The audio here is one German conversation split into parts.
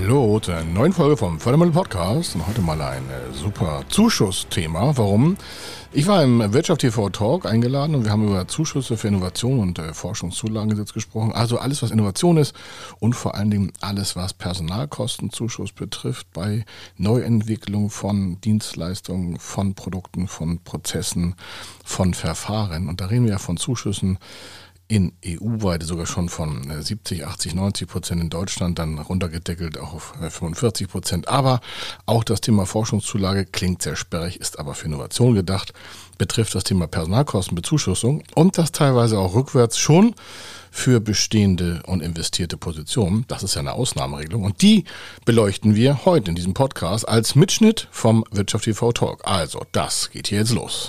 Hallo zur neuen Folge vom Fördermittel Podcast und heute mal ein super Zuschussthema. Warum? Ich war im Wirtschaft TV Talk eingeladen und wir haben über Zuschüsse für Innovation und Forschungszulagengesetz gesprochen. Also alles, was Innovation ist und vor allen Dingen alles, was Personalkostenzuschuss betrifft bei Neuentwicklung von Dienstleistungen, von Produkten, von Prozessen, von Verfahren. Und da reden wir ja von Zuschüssen in EU-Weite sogar schon von 70, 80, 90% in Deutschland, dann runtergedeckelt auch auf 45%. Aber auch das Thema Forschungszulage klingt sehr sperrig, ist aber für Innovation gedacht, betrifft das Thema Personalkostenbezuschussung und das teilweise auch rückwärts schon für bestehende und investierte Positionen. Das ist ja eine Ausnahmeregelung und die beleuchten wir heute in diesem Podcast als Mitschnitt vom Wirtschaft TV Talk. Also, das geht hier jetzt los.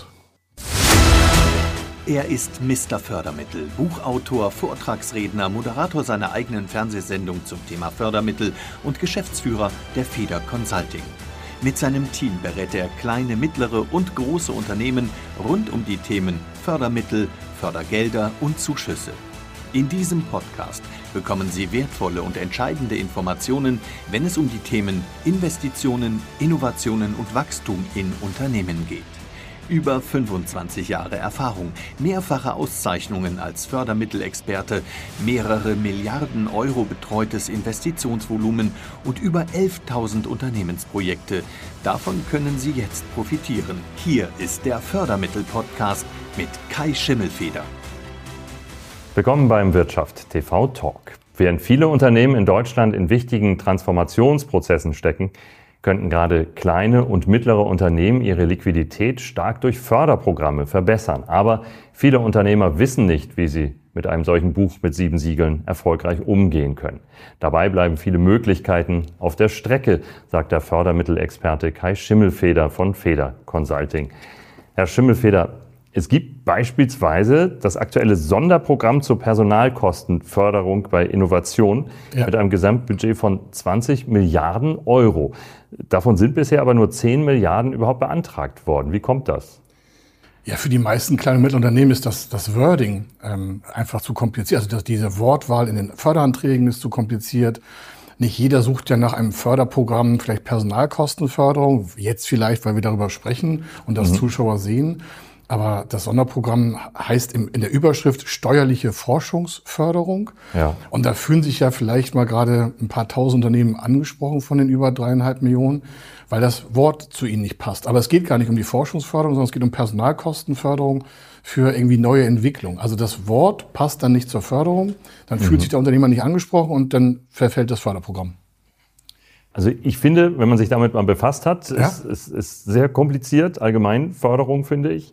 Er ist Mr. Fördermittel, Buchautor, Vortragsredner, Moderator seiner eigenen Fernsehsendung zum Thema Fördermittel und Geschäftsführer der Feder Consulting. Mit seinem Team berät er kleine, mittlere und große Unternehmen rund um die Themen Fördermittel, Fördergelder und Zuschüsse. In diesem Podcast bekommen Sie wertvolle und entscheidende Informationen, wenn es um die Themen Investitionen, Innovationen und Wachstum in Unternehmen geht. Über 25 Jahre Erfahrung, mehrfache Auszeichnungen als Fördermittelexperte, mehrere Milliarden Euro betreutes Investitionsvolumen und über 11.000 Unternehmensprojekte. Davon können Sie jetzt profitieren. Hier ist der Fördermittel-Podcast mit Kai Schimmelfeder. Willkommen beim Wirtschaft TV Talk. Während viele Unternehmen in Deutschland in wichtigen Transformationsprozessen stecken, könnten gerade kleine und mittlere Unternehmen ihre Liquidität stark durch Förderprogramme verbessern. Aber viele Unternehmer wissen nicht, wie sie mit einem solchen Buch mit 7 Siegeln erfolgreich umgehen können. Dabei bleiben viele Möglichkeiten auf der Strecke, sagt der Fördermittelexperte Kai Schimmelfeder von Feder Consulting. Herr Schimmelfeder, es gibt beispielsweise das aktuelle Sonderprogramm zur Personalkostenförderung bei Innovation mit einem Gesamtbudget von 20 Milliarden Euro. Davon sind bisher aber nur 10 Milliarden überhaupt beantragt worden. Wie kommt das? Ja, für die meisten kleinen und mittleren Unternehmen ist das Wording einfach zu kompliziert. Also diese Wortwahl in den Förderanträgen ist zu kompliziert. Nicht jeder sucht ja nach einem Förderprogramm, vielleicht Personalkostenförderung. Jetzt vielleicht, weil wir darüber sprechen und das Zuschauer sehen. Aber das Sonderprogramm heißt in der Überschrift steuerliche Forschungsförderung. Ja. Und da fühlen sich ja vielleicht mal gerade ein paar tausend Unternehmen angesprochen von den über 3,5 Millionen, weil das Wort zu ihnen nicht passt. Aber es geht gar nicht um die Forschungsförderung, sondern es geht um Personalkostenförderung für irgendwie neue Entwicklung. Also das Wort passt dann nicht zur Förderung, dann fühlt sich der Unternehmer nicht angesprochen und dann verfällt das Förderprogramm. Also ich finde, wenn man sich damit mal befasst hat, es ist sehr kompliziert, allgemein Förderung, finde ich.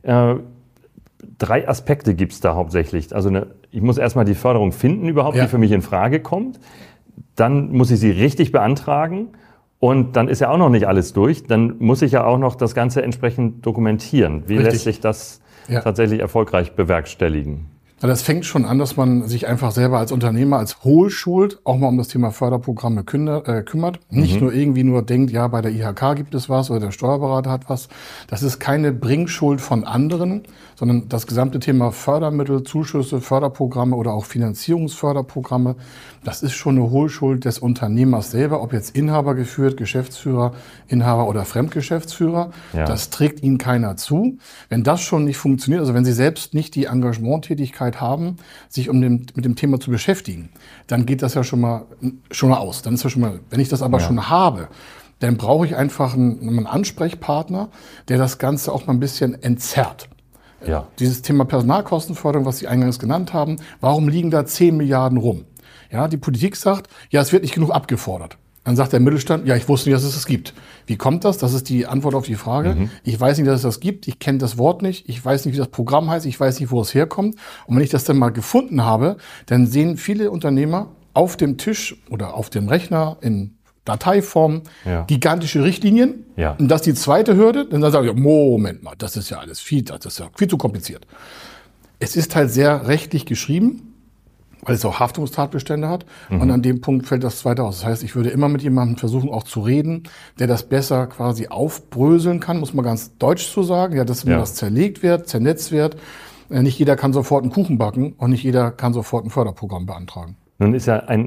3 Aspekte gibt es da hauptsächlich. Also ich muss erstmal die Förderung finden überhaupt, die für mich in Frage kommt. Dann muss ich sie richtig beantragen und dann ist ja auch noch nicht alles durch. Dann muss ich ja auch noch das Ganze entsprechend dokumentieren. Wie lässt sich das tatsächlich erfolgreich bewerkstelligen? Das fängt schon an, dass man sich einfach selber als Unternehmer, als Hohlschuld auch mal um das Thema Förderprogramme kümmert. Nicht nur denkt, ja, bei der IHK gibt es was oder der Steuerberater hat was. Das ist keine Bringschuld von anderen, sondern das gesamte Thema Fördermittel, Zuschüsse, Förderprogramme oder auch Finanzierungsförderprogramme, das ist schon eine Hohlschuld des Unternehmers selber, ob jetzt Inhaber geführt, Geschäftsführer, Inhaber oder Fremdgeschäftsführer. Ja. Das trägt Ihnen keiner zu. Wenn das schon nicht funktioniert, also wenn Sie selbst nicht die Engagementtätigkeit haben, sich mit dem Thema zu beschäftigen, dann geht das ja schon mal aus. Dann ist ja schon mal, wenn ich das aber schon habe, dann brauche ich einfach einen Ansprechpartner, der das Ganze auch mal ein bisschen entzerrt. Ja. Dieses Thema Personalkostenförderung, was Sie eingangs genannt haben, warum liegen da 10 Milliarden rum? Ja, die Politik sagt, ja, es wird nicht genug abgefordert. Dann sagt der Mittelstand, ja, ich wusste nicht, dass es das gibt. Wie kommt das? Das ist die Antwort auf die Frage. Ich weiß nicht, dass es das gibt. Ich kenne das Wort nicht. Ich weiß nicht, wie das Programm heißt. Ich weiß nicht, wo es herkommt. Und wenn ich das dann mal gefunden habe, dann sehen viele Unternehmer auf dem Tisch oder auf dem Rechner in Dateiform gigantische Richtlinien. Ja. Und das ist die zweite Hürde. Dann sagen sie, Moment mal, das ist ja alles viel zu kompliziert. Es ist halt sehr rechtlich geschrieben, weil es auch Haftungstatbestände hat. Und an dem Punkt fällt das zweite aus. Das heißt, ich würde immer mit jemandem versuchen, auch zu reden, der das besser quasi aufbröseln kann, muss man ganz deutsch zu sagen, dass das zerlegt wird, zernetzt wird. Nicht jeder kann sofort einen Kuchen backen und nicht jeder kann sofort ein Förderprogramm beantragen. Nun ist ja ein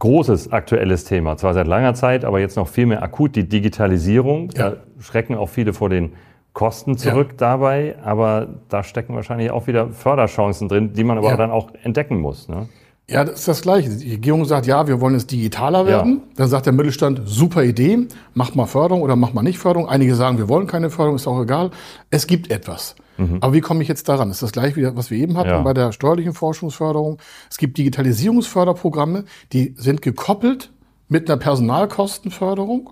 großes aktuelles Thema, zwar seit langer Zeit, aber jetzt noch viel mehr akut, die Digitalisierung. Ja. Da schrecken auch viele vor den Kosten zurück dabei, aber da stecken wahrscheinlich auch wieder Förderchancen drin, die man aber dann auch entdecken muss. Ne? Ja, das ist das Gleiche. Die Regierung sagt, ja, wir wollen jetzt digitaler werden. Ja. Dann sagt der Mittelstand, super Idee, mach mal Förderung oder mach mal nicht Förderung. Einige sagen, wir wollen keine Förderung, ist auch egal. Es gibt etwas. Aber wie komme ich jetzt daran? Das ist das Gleiche, was wir eben hatten bei der steuerlichen Forschungsförderung. Es gibt Digitalisierungsförderprogramme, die sind gekoppelt mit einer Personalkostenförderung,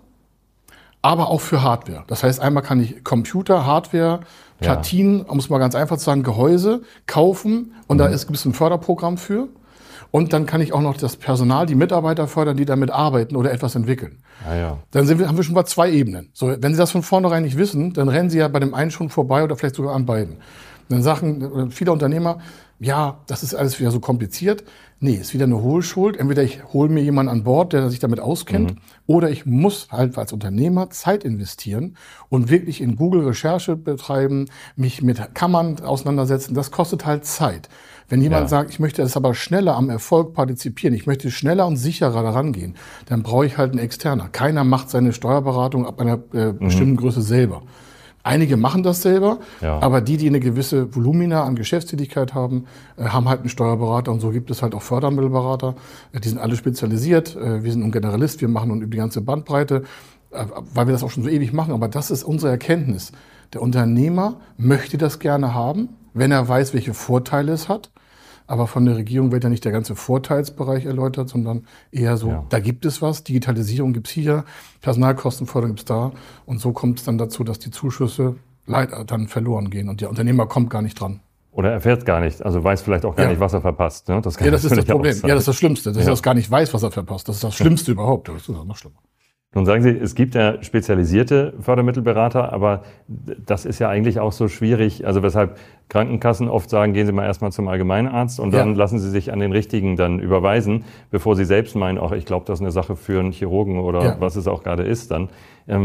aber auch für Hardware. Das heißt, einmal kann ich Computer, Hardware, Platinen, um es mal ganz einfach zu sagen, Gehäuse kaufen und da gibt es ein Förderprogramm für. Und dann kann ich auch noch das Personal, die Mitarbeiter fördern, die damit arbeiten oder etwas entwickeln. Dann haben wir schon mal 2 Ebenen. So, wenn Sie das von vornherein nicht wissen, dann rennen Sie ja bei dem einen schon vorbei oder vielleicht sogar an beiden. Dann sagen viele Unternehmer, ja, das ist alles wieder so kompliziert. Nee, ist wieder eine Hohlschuld. Entweder ich hole mir jemanden an Bord, der sich damit auskennt, oder ich muss halt als Unternehmer Zeit investieren und wirklich in Google Recherche betreiben, mich mit Kammern auseinandersetzen. Das kostet halt Zeit. Wenn jemand sagt, ich möchte das aber schneller am Erfolg partizipieren, ich möchte schneller und sicherer daran gehen, dann brauche ich halt einen Externer. Keiner macht seine Steuerberatung ab einer bestimmten Größe selber. Einige machen das selber, aber die eine gewisse Volumina an Geschäftstätigkeit haben, haben halt einen Steuerberater und so gibt es halt auch Fördermittelberater. Die sind alle spezialisiert. Wir sind ein Generalist, wir machen nun über die ganze Bandbreite, weil wir das auch schon so ewig machen. Aber das ist unsere Erkenntnis. Der Unternehmer möchte das gerne haben, wenn er weiß, welche Vorteile es hat. Aber von der Regierung wird ja nicht der ganze Vorteilsbereich erläutert, sondern eher so, da gibt es was, Digitalisierung gibt's hier, Personalkostenförderung gibt's da. Und so kommt es dann dazu, dass die Zuschüsse leider dann verloren gehen und der Unternehmer kommt gar nicht dran. Oder erfährt gar nicht, also weiß vielleicht auch gar nicht, was er verpasst. Ne? Das ist das Problem. Ja, das ist das Schlimmste, dass er das gar nicht weiß, was er verpasst. Das ist das Schlimmste überhaupt. Das ist noch schlimmer. Nun sagen Sie, es gibt ja spezialisierte Fördermittelberater, aber das ist ja eigentlich auch so schwierig, also weshalb Krankenkassen oft sagen, gehen Sie mal erstmal zum Allgemeinarzt und dann lassen Sie sich an den Richtigen dann überweisen, bevor Sie selbst meinen, ach, ich glaube, das ist eine Sache für einen Chirurgen oder was es auch gerade ist dann.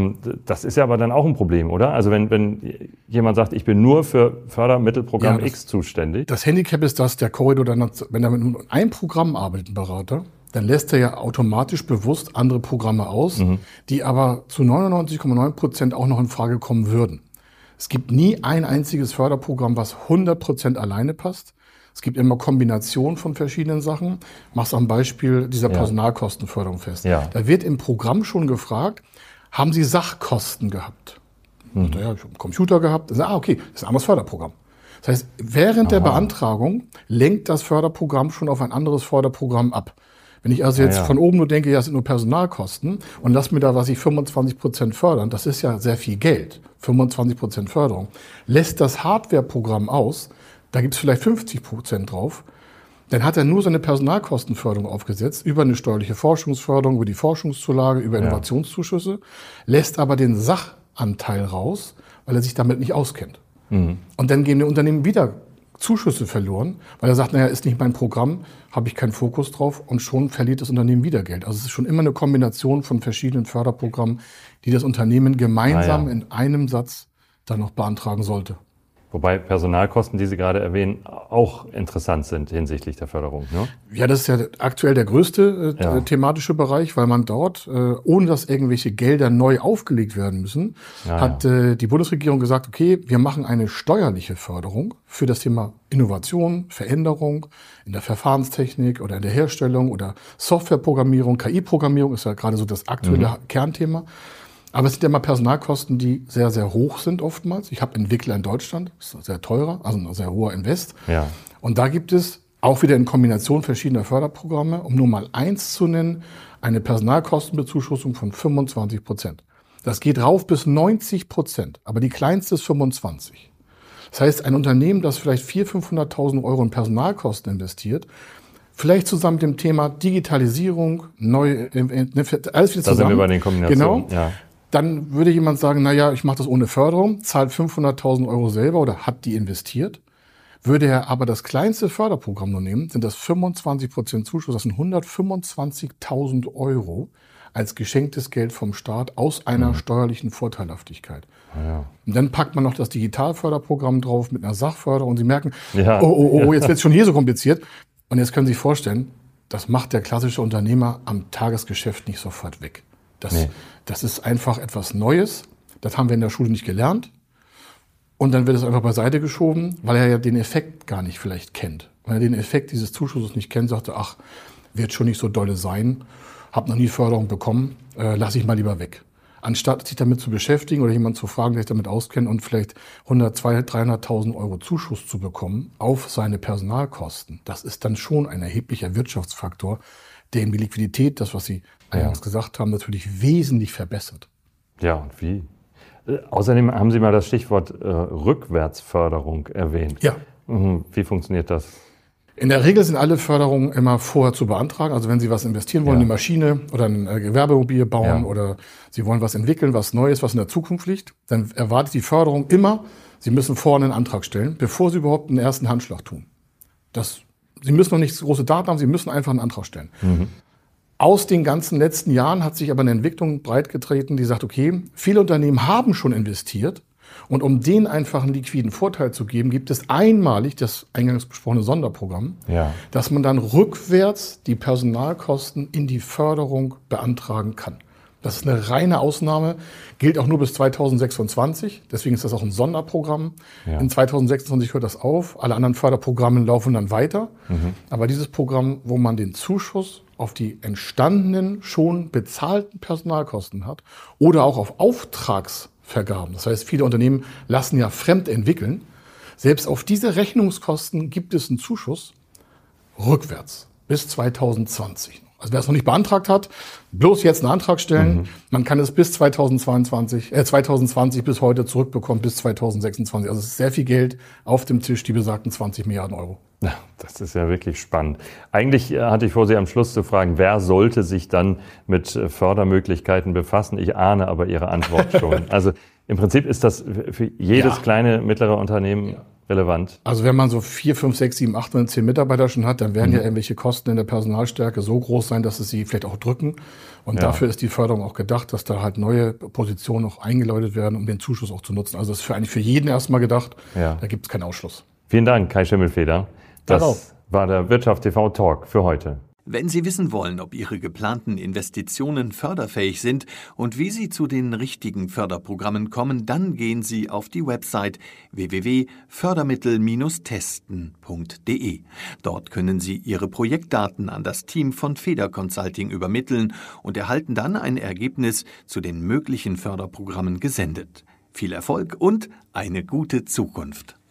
Das ist ja aber dann auch ein Problem, oder? Also wenn jemand sagt, ich bin nur für Fördermittelprogramm X zuständig. Das Handicap ist, dass der Korridor dann, wenn er mit einem Programm arbeitet, ein Berater, dann lässt er ja automatisch bewusst andere Programme aus, die aber zu 99,9% auch noch in Frage kommen würden. Es gibt nie ein einziges Förderprogramm, was 100% alleine passt. Es gibt immer Kombinationen von verschiedenen Sachen. Mach's am Beispiel dieser Personalkostenförderung fest. Da wird im Programm schon gefragt, haben Sie Sachkosten gehabt? Und ich habe einen Computer gehabt. Okay, das ist ein anderes Förderprogramm. Das heißt, während der Beantragung lenkt das Förderprogramm schon auf ein anderes Förderprogramm ab. Wenn ich also jetzt von oben nur denke, ja, es sind nur Personalkosten und lass mir da, 25% fördern, das ist ja sehr viel Geld, 25% Förderung, lässt das Hardwareprogramm aus, da gibt es vielleicht 50% drauf, dann hat er nur seine Personalkostenförderung aufgesetzt, über eine steuerliche Forschungsförderung, über die Forschungszulage, über Innovationszuschüsse, lässt aber den Sachanteil raus, weil er sich damit nicht auskennt. Und dann gehen die Unternehmen wieder Zuschüsse verloren, weil er sagt, naja, ist nicht mein Programm, habe ich keinen Fokus drauf und schon verliert das Unternehmen wieder Geld. Also es ist schon immer eine Kombination von verschiedenen Förderprogrammen, die das Unternehmen gemeinsam in einem Satz dann noch beantragen sollte. Wobei Personalkosten, die Sie gerade erwähnen, auch interessant sind hinsichtlich der Förderung. Ne? Ja, das ist ja aktuell der größte thematische Bereich, weil man dort, ohne dass irgendwelche Gelder neu aufgelegt werden müssen, hat die Bundesregierung gesagt, okay, wir machen eine steuerliche Förderung für das Thema Innovation, Veränderung in der Verfahrenstechnik oder in der Herstellung oder Softwareprogrammierung, KI-Programmierung ist ja gerade so das aktuelle Kernthema. Aber es sind ja mal Personalkosten, die sehr, sehr hoch sind oftmals. Ich habe Entwickler in Deutschland, das ist sehr teurer, also ein sehr hoher Invest. Und da gibt es auch wieder in Kombination verschiedener Förderprogramme, um nur mal eins zu nennen, eine Personalkostenbezuschussung von 25%. Das geht rauf bis 90%, aber die kleinste ist 25%. Das heißt, ein Unternehmen, das vielleicht 400.000, 500.000 Euro in Personalkosten investiert, vielleicht zusammen mit dem Thema Digitalisierung, alles wieder zusammen. Da sind wir bei den Kombinationen. Genau. Dann würde jemand sagen, naja, ich mache das ohne Förderung, zahlt 500.000 Euro selber oder hat die investiert. Würde er aber das kleinste Förderprogramm nur nehmen, sind das 25% Zuschuss, das sind 125.000 Euro als geschenktes Geld vom Staat aus einer steuerlichen Vorteilhaftigkeit. Und dann packt man noch das Digitalförderprogramm drauf mit einer Sachförderung und Sie merken, jetzt wird es schon hier so kompliziert. Und jetzt können Sie sich vorstellen, das macht der klassische Unternehmer am Tagesgeschäft nicht sofort weg. Das ist einfach etwas Neues. Das haben wir in der Schule nicht gelernt. Und dann wird es einfach beiseite geschoben, weil er ja den Effekt gar nicht vielleicht kennt. Wenn er den Effekt dieses Zuschusses nicht kennt, sagt er, ach, wird schon nicht so dolle sein, hab noch nie Förderung bekommen, lasse ich mal lieber weg. Anstatt sich damit zu beschäftigen oder jemanden zu fragen, der sich damit auskennt und vielleicht 100, 200, 300.000 Euro Zuschuss zu bekommen auf seine Personalkosten, das ist dann schon ein erheblicher Wirtschaftsfaktor, der ihm die Liquidität, das, was Sie eingangs gesagt haben, natürlich wesentlich verbessert. Ja, und wie? Außerdem haben Sie mal das Stichwort Rückwärtsförderung erwähnt. Ja. Wie funktioniert das? In der Regel sind alle Förderungen immer vorher zu beantragen. Also wenn Sie was investieren wollen, eine Maschine oder ein Gewerbemobil bauen oder Sie wollen was entwickeln, was Neues, was in der Zukunft liegt, dann erwartet die Förderung immer, Sie müssen vorher einen Antrag stellen, bevor Sie überhaupt einen ersten Handschlag tun. Sie müssen noch nicht so große Daten haben, Sie müssen einfach einen Antrag stellen. Aus den ganzen letzten Jahren hat sich aber eine Entwicklung breitgetreten, die sagt, okay, viele Unternehmen haben schon investiert und um denen einfach einen liquiden Vorteil zu geben, gibt es einmalig das eingangs besprochene Sonderprogramm, dass man dann rückwärts die Personalkosten in die Förderung beantragen kann. Das ist eine reine Ausnahme, gilt auch nur bis 2026. Deswegen ist das auch ein Sonderprogramm. In 2026 hört das auf. Alle anderen Förderprogramme laufen dann weiter. Aber dieses Programm, wo man den Zuschuss auf die entstandenen, schon bezahlten Personalkosten hat oder auch auf Auftragsvergaben. Das heißt, viele Unternehmen lassen ja fremd entwickeln. Selbst auf diese Rechnungskosten gibt es einen Zuschuss rückwärts bis 2020. Also wer es noch nicht beantragt hat, bloß jetzt einen Antrag stellen. Man kann es bis 2020 bis heute zurückbekommen, bis 2026. Also es ist sehr viel Geld auf dem Tisch, die besagten 20 Milliarden Euro. Ja, das ist ja wirklich spannend. Eigentlich hatte ich vor, Sie am Schluss zu fragen, wer sollte sich dann mit Fördermöglichkeiten befassen? Ich ahne aber Ihre Antwort schon. Also im Prinzip ist das für jedes kleine, mittlere Unternehmen relevant. Also wenn man so 4, 5, 6, 7, 8, 9, 10 Mitarbeiter schon hat, dann werden ja irgendwelche Kosten in der Personalstärke so groß sein, dass es sie vielleicht auch drücken. Und dafür ist die Förderung auch gedacht, dass da halt neue Positionen auch eingeläutet werden, um den Zuschuss auch zu nutzen. Also das ist eigentlich für jeden erstmal gedacht. Da gibt es keinen Ausschluss. Vielen Dank, Kai Schimmelfeder. Das war der Wirtschaft TV Talk für heute. Wenn Sie wissen wollen, ob Ihre geplanten Investitionen förderfähig sind und wie Sie zu den richtigen Förderprogrammen kommen, dann gehen Sie auf die Website www.fördermittel-testen.de. Dort können Sie Ihre Projektdaten an das Team von Feder Consulting übermitteln und erhalten dann ein Ergebnis zu den möglichen Förderprogrammen gesendet. Viel Erfolg und eine gute Zukunft!